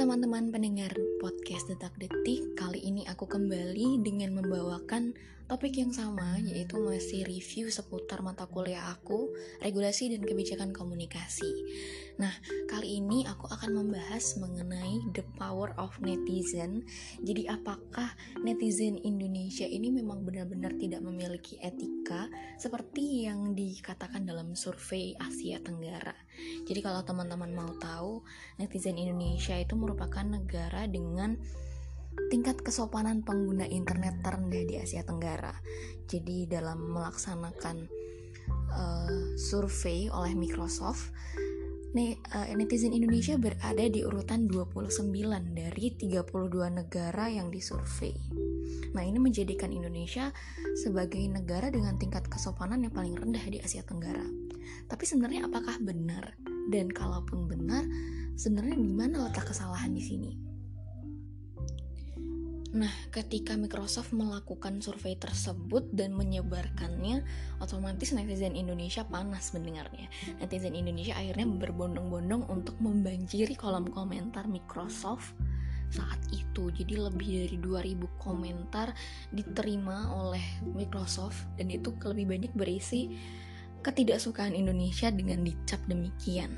teman-teman pendengar podcast Detak Detik. Kali ini aku kembali dengan membawakan topik yang sama, yaitu masih review seputar mata kuliah aku, regulasi dan kebijakan komunikasi. Nah, kali ini aku akan membahas mengenai the power of netizen. Jadi apakah netizen Indonesia ini memang benar-benar tidak memiliki etika seperti yang dikatakan dalam survei Asia Tenggara. Jadi kalau teman-teman mau tahu, netizen Indonesia itu merupakan negara dengan tingkat kesopanan pengguna internet terendah di Asia Tenggara. Jadi dalam melaksanakan survei oleh Microsoft, netizen Indonesia berada di urutan 29 dari 32 negara yang disurvei. Nah, ini menjadikan Indonesia sebagai negara dengan tingkat kesopanan yang paling rendah di Asia Tenggara. Tapi sebenarnya apakah benar? Dan kalaupun benar, sebenarnya di mana letak kesalahan di sini? Nah, ketika Microsoft melakukan survei tersebut dan menyebarkannya, otomatis netizen Indonesia panas mendengarnya. Netizen Indonesia akhirnya berbondong-bondong untuk membanjiri kolom komentar Microsoft saat itu. Jadi lebih dari 2000 komentar diterima oleh Microsoft, dan itu lebih banyak berisi ketidaksukaan Indonesia dengan dicap demikian.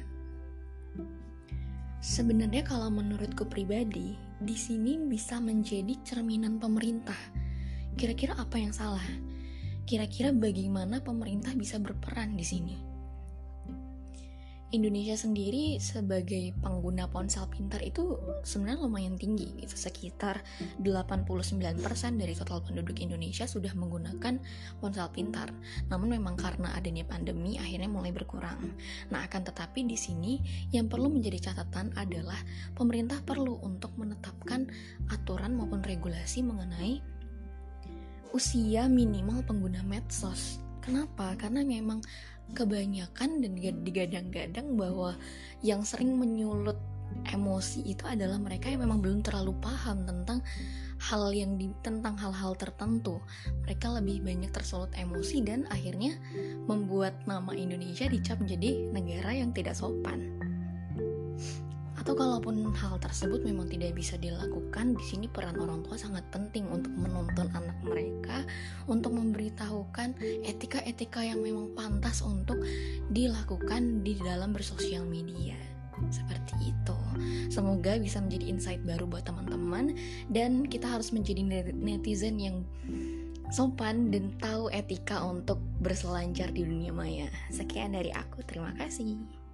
Sebenarnya kalau menurutku pribadi, di sini bisa menjadi cerminan pemerintah. Kira-kira apa yang salah? Kira-kira bagaimana pemerintah bisa berperan di sini? Indonesia sendiri sebagai pengguna ponsel pintar itu sebenarnya lumayan tinggi gitu. Sekitar 89% dari total penduduk Indonesia sudah menggunakan ponsel pintar. Namun memang karena adanya pandemi akhirnya mulai berkurang. Nah, akan tetapi di sini yang perlu menjadi catatan adalah pemerintah perlu untuk menetapkan aturan maupun regulasi mengenai usia minimal pengguna medsos. Kenapa? Karena memang kebanyakan dan digadang-gadang bahwa yang sering menyulut emosi itu adalah mereka yang memang belum terlalu paham tentang hal-hal tertentu. Mereka lebih banyak tersulut emosi dan akhirnya membuat nama Indonesia dicap menjadi negara yang tidak sopan. Atau kalaupun hal tersebut memang tidak bisa dilakukan, di sini peran orang tua sangat penting untuk menuntun anak mereka, untuk memberitahukan etika-etika yang memang pantas untuk dilakukan di dalam bersosial media. Seperti itu. Semoga bisa menjadi insight baru buat teman-teman, dan kita harus menjadi netizen yang sopan dan tahu etika untuk berselancar di dunia maya. Sekian dari aku, terima kasih.